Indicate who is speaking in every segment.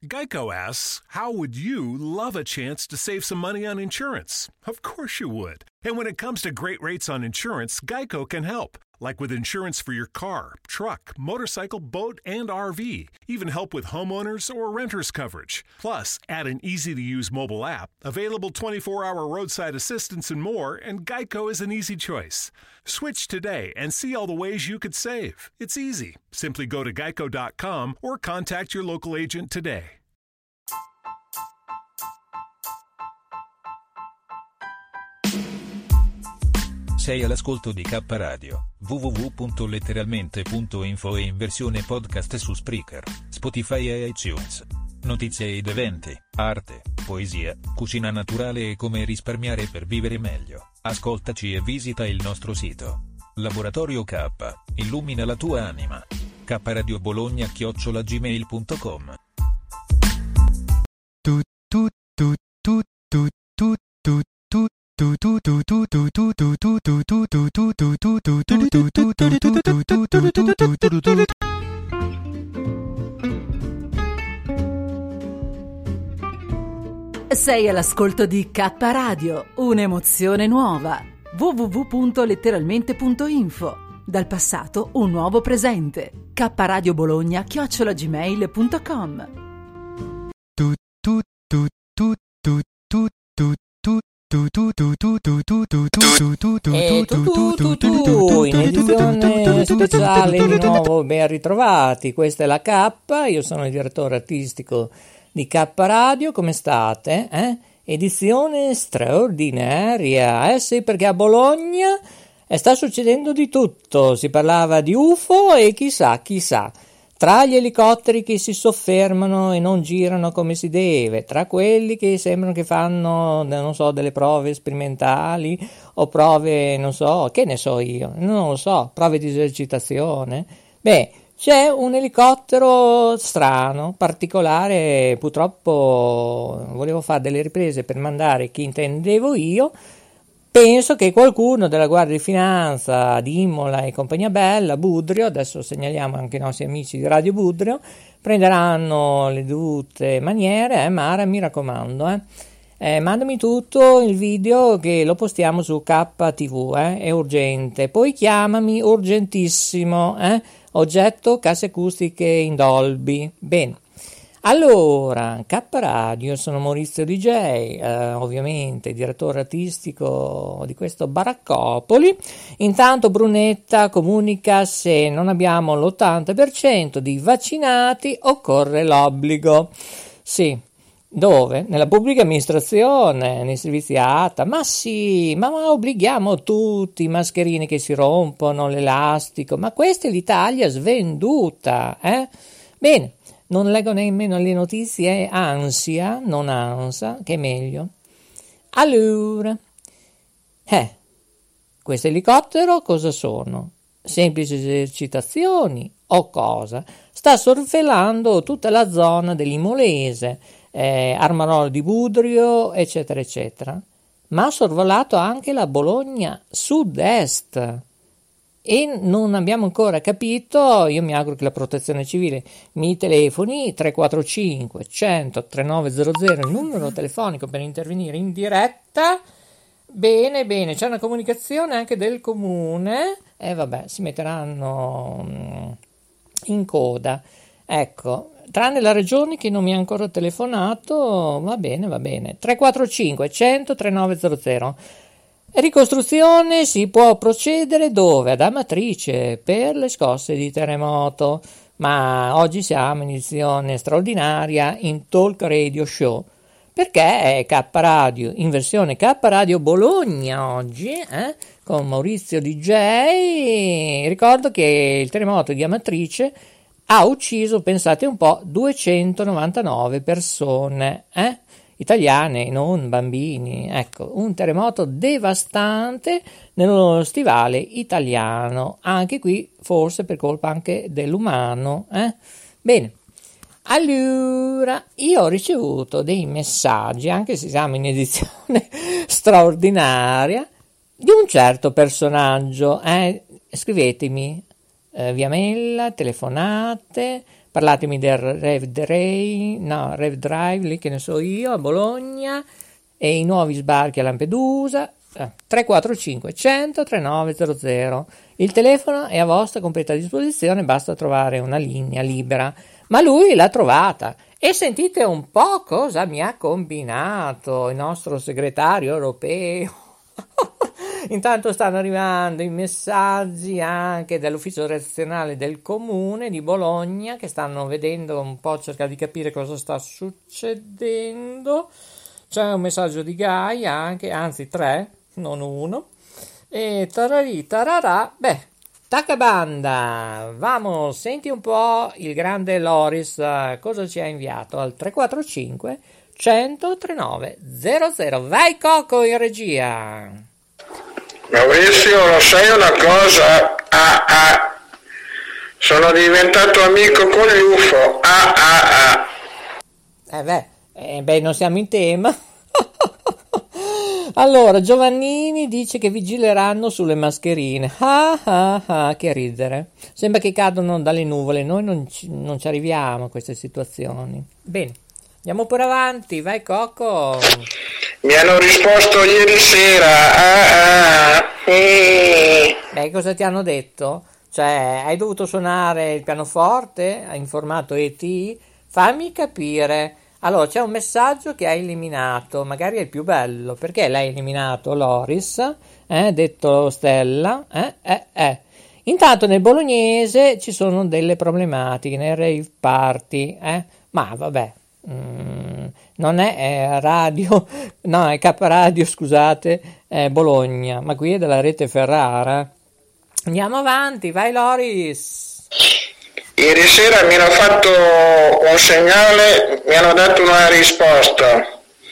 Speaker 1: Geico asks, how would you love a chance to save some money on insurance? Of course you would. And when it comes to great rates on insurance, Geico can help. Like with insurance for your car, truck, motorcycle, boat, and RV. Even help with homeowners or renters coverage. Plus, add an easy-to-use mobile app, available 24-hour roadside assistance and more, and Geico is an easy choice. Switch today and see all the ways you could save. It's easy. Simply go to geico.com or contact your local agent today.
Speaker 2: Sei all'ascolto di K Radio, www.letteralmente.info e in versione podcast su Spreaker, Spotify e iTunes. Notizie ed eventi, arte, poesia, cucina naturale e come risparmiare per vivere meglio. Ascoltaci e visita il nostro sito. Laboratorio K, illumina la tua anima. kradiobologna@gmail.com.
Speaker 3: Sei all'ascolto di K Radio, un'emozione nuova. www.letteralmente.info. Dal passato un nuovo presente. kradiobologna@gmail.com.
Speaker 4: In edizione speciale di nuovo ben ritrovati, questa è la K, io sono il direttore artistico di K Radio, come state? Edizione straordinaria, sì, perché a Bologna sta succedendo di tutto, si parlava di UFO e chissà, tra gli elicotteri che si soffermano e non girano come si deve, tra quelli che sembrano che fanno, non so, delle prove sperimentali o prove, non so, che ne so io, non lo so, prove di esercitazione, c'è un elicottero strano, particolare, purtroppo volevo fare delle riprese per mandare chi intendevo io. Penso che qualcuno della Guardia di Finanza di Imola e compagnia bella, Budrio, adesso segnaliamo anche i nostri amici di Radio Budrio, prenderanno le dovute maniere, Mara, mi raccomando, mandami tutto il video che lo postiamo su KTV, è urgente, poi chiamami urgentissimo, oggetto casse acustiche in Dolby, bene. Allora, K Radio, sono Maurizio DJ, ovviamente direttore artistico di questo baraccopoli. Intanto Brunetta comunica: se non abbiamo l'80% di vaccinati occorre l'obbligo. Sì, dove? Nella pubblica amministrazione, nei servizi ATA, ma sì, ma obblighiamo tutti, mascherine che si rompono, l'elastico, ma questa è l'Italia svenduta, Bene. Non leggo nemmeno le notizie, ansia, non ansia, che è meglio. Allora, questo elicottero cosa sono? Semplici esercitazioni o cosa? Sta sorvelando tutta la zona dell'Imolese, Armarolo di Budrio, eccetera, eccetera. Ma ha sorvolato anche la Bologna sud-est. E non abbiamo ancora capito, io mi auguro che la protezione civile mi telefoni 345 100 3900, il numero telefonico per intervenire in diretta. Bene, c'è una comunicazione anche del comune, si metteranno in coda, ecco, tranne la regione che non mi ha ancora telefonato. Va bene, 345 100 3900. Ricostruzione si può procedere dove? Ad Amatrice per le scosse di terremoto, ma oggi siamo in edizione straordinaria in Talk Radio Show, perché è K Radio, in versione K Radio Bologna oggi, con Maurizio DJ. Ricordo che il terremoto di Amatrice ha ucciso, pensate un po', 299 persone, italiane, non bambini, ecco, un terremoto devastante nello stivale italiano, anche qui forse per colpa anche dell'umano, Bene, allora, io ho ricevuto dei messaggi, anche se siamo in edizione straordinaria, di un certo personaggio, scrivetemi via mail, telefonate, parlatemi del Rev Drive, lì che ne so io, a Bologna, e i nuovi sbarchi a Lampedusa. 345 100 3900. Il telefono è a vostra completa disposizione, basta trovare una linea libera. Ma lui l'ha trovata. E sentite un po' cosa mi ha combinato il nostro segretario europeo. Intanto stanno arrivando i messaggi anche dall'ufficio redazionale del comune di Bologna, che stanno vedendo un po', cercare di capire cosa sta succedendo. C'è un messaggio di Gaia anche, anzi 3, non 1. E tararì tararà, tacca banda, vamos, senti un po' il grande Loris cosa ci ha inviato al 345 100 3900. Vai Coco in regia.
Speaker 5: Maurizio, lo sai una cosa? Sono diventato amico con gli UFO.
Speaker 4: Non siamo in tema. Allora, Giovannini dice che vigileranno sulle mascherine. Che ridere. Sembra che cadono dalle nuvole. Noi non ci arriviamo a queste situazioni. Bene, andiamo pure avanti. Vai Coco.
Speaker 5: Mi hanno risposto ieri sera.
Speaker 4: Cosa ti hanno detto? Cioè, hai dovuto suonare il pianoforte? Ha informato E.T.? Fammi capire. Allora, c'è un messaggio che hai eliminato, magari è il più bello. Perché l'hai eliminato, Loris? Detto Stella? Intanto nel bolognese ci sono delle problematiche, nel rave party, ma vabbè, non è radio, no, è K Radio, scusate, Bologna, ma qui è della rete Ferrara. Andiamo avanti, vai Loris.
Speaker 5: Ieri sera mi hanno fatto un segnale, mi hanno dato una risposta.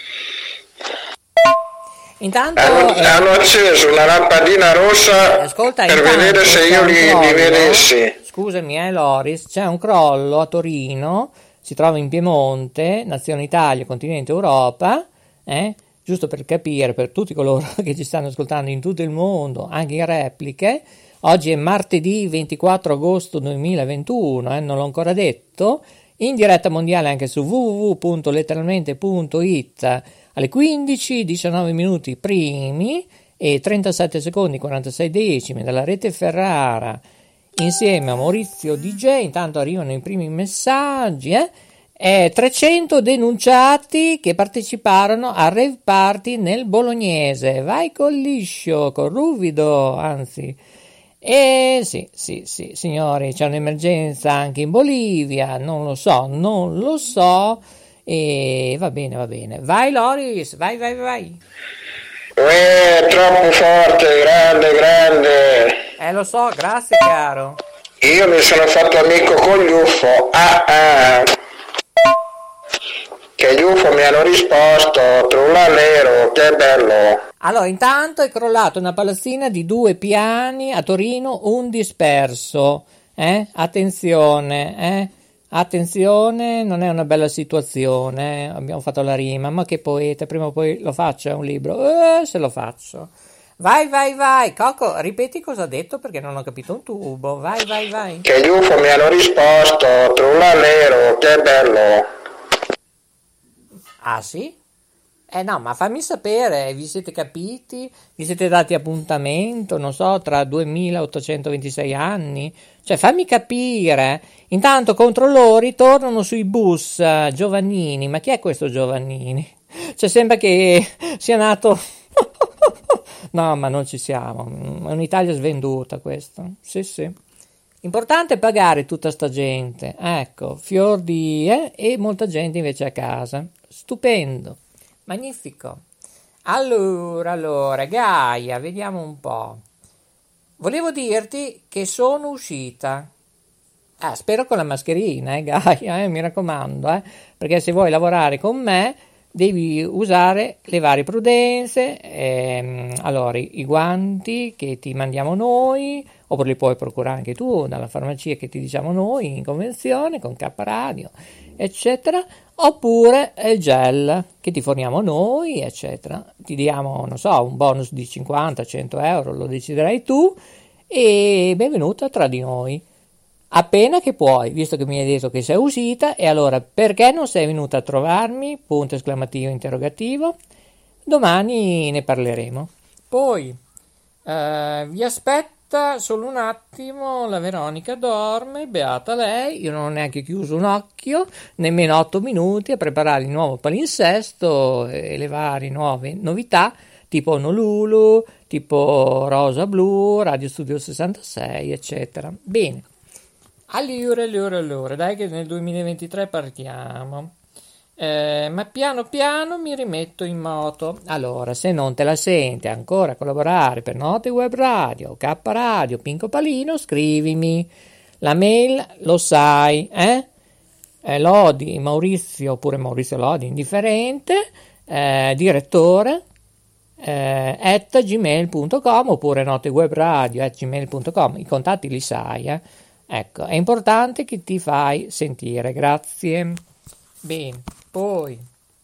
Speaker 4: Intanto
Speaker 5: hanno acceso una lampadina rossa per vedere se io li vedessi.
Speaker 4: Scusami, Loris, c'è un crollo a Torino, si trova in Piemonte, nazione Italia, continente Europa, giusto per capire, per tutti coloro che ci stanno ascoltando in tutto il mondo, anche in repliche. Oggi è martedì 24 agosto 2021, non l'ho ancora detto, in diretta mondiale anche su www.letteralmente.it alle 15, 19 minuti primi e 37 secondi 46 decimi dalla rete Ferrara insieme a Maurizio DJ. Intanto arrivano i primi messaggi, 300 denunciati che parteciparono a rave party nel bolognese. Vai col liscio, col ruvido, anzi. Sì, signori, c'è un'emergenza anche in Bolivia, non lo so, e va bene. Vai Loris, vai.
Speaker 5: Troppo forte, grande.
Speaker 4: Lo so, grazie caro.
Speaker 5: Io mi sono fatto amico con gli UFO, che gli UFO mi hanno risposto, trullalero, che bello.
Speaker 4: Allora, intanto è crollato una palazzina di 2 piani a Torino, un disperso. Attenzione, non è una bella situazione. Abbiamo fatto la rima, ma che poeta, prima o poi lo faccio, è un libro. Se lo faccio. Vai, Coco, ripeti cosa ha detto perché non ho capito un tubo. Vai.
Speaker 5: Che gli UFO mi hanno risposto, trullalero, che bello.
Speaker 4: Ah, sì? No, ma fammi sapere, vi siete capiti? Vi siete dati appuntamento, non so, tra 2826 anni? Cioè, fammi capire. Intanto controllori tornano sui bus. Giovannini, ma chi è questo Giovannini? Cioè, sembra che sia nato... No, ma non ci siamo. È un'Italia svenduta questo. Sì. Importante pagare tutta sta gente. Ecco, fior di... e molta gente invece a casa. Stupendo. Magnifico. Allora, Gaia, vediamo un po'. Volevo dirti che sono uscita. Spero con la mascherina, Gaia, mi raccomando, perché se vuoi lavorare con me devi usare le varie prudenze. Allora, i guanti che ti mandiamo noi, oppure li puoi procurare anche tu dalla farmacia che ti diciamo noi in convenzione con K Radio, eccetera, oppure il gel che ti forniamo noi, eccetera. Ti diamo, non so, un bonus di 50-100 euro, lo deciderai tu, e benvenuta tra di noi. appena che puoi, visto che mi hai detto che sei uscita, e allora perché non sei venuta a trovarmi? Punto esclamativo interrogativo. Domani ne parleremo. Poi vi aspetta solo un attimo, la Veronica dorme, beata lei, io non ho neanche chiuso un occhio, nemmeno 8 minuti a preparare il nuovo palinsesto e le varie nuove novità, tipo Honolulu, tipo Rosa Blu, Radio Studio 66, eccetera. Bene, allora, dai che nel 2023 partiamo. Ma piano piano mi rimetto in moto. Allora, se non te la senti ancora collaborare per Note Web Radio, K Radio, Pinco Palino, scrivimi. La mail lo sai, Lodi, Maurizio, oppure Maurizio Lodi, indifferente, direttore, at gmail.com, oppure notewebradio@gmail.com. I contatti li sai, Ecco, è importante che ti fai sentire, grazie. Bene, poi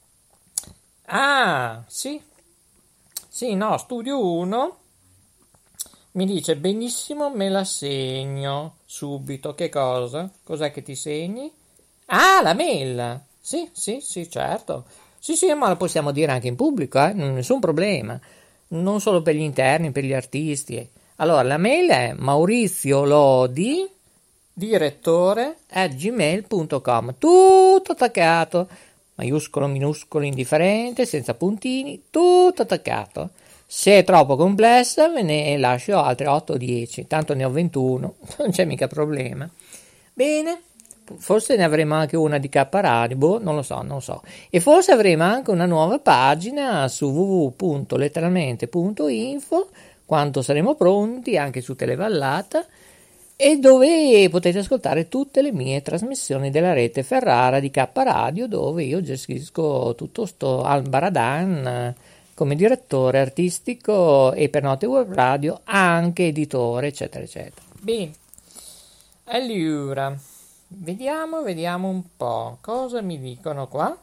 Speaker 4: sì, no, Studio 1 mi dice benissimo, me la segno subito. Che cosa? Cos'è che ti segni? La mail. Sì, certo. Sì, ma la possiamo dire anche in pubblico, nessun problema, non solo per gli interni, per gli artisti. Allora, la mail è Maurizio Lodi, direttore @gmail.com, tutto attaccato, maiuscolo, minuscolo, indifferente, senza puntini, tutto attaccato. Se è troppo complessa ve ne lascio altre 8 o 10, tanto ne ho 21, non c'è mica problema. Bene, forse ne avremo anche una di K Radio, non lo so, e forse avremo anche una nuova pagina su www.letteralmente.info quando saremo pronti, anche su Televallata, e dove potete ascoltare tutte le mie trasmissioni della rete Ferrara di K Radio, dove io gestisco tutto sto albaradan come direttore artistico e per Note Web Radio anche editore, eccetera, eccetera. Bene, allora, vediamo un po' cosa mi dicono qua.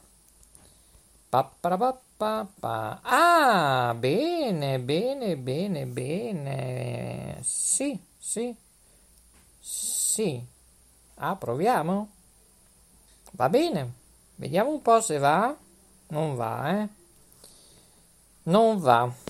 Speaker 4: Bene. Sì. Proviamo? Va bene. Vediamo un po' se va. Non va, Non va.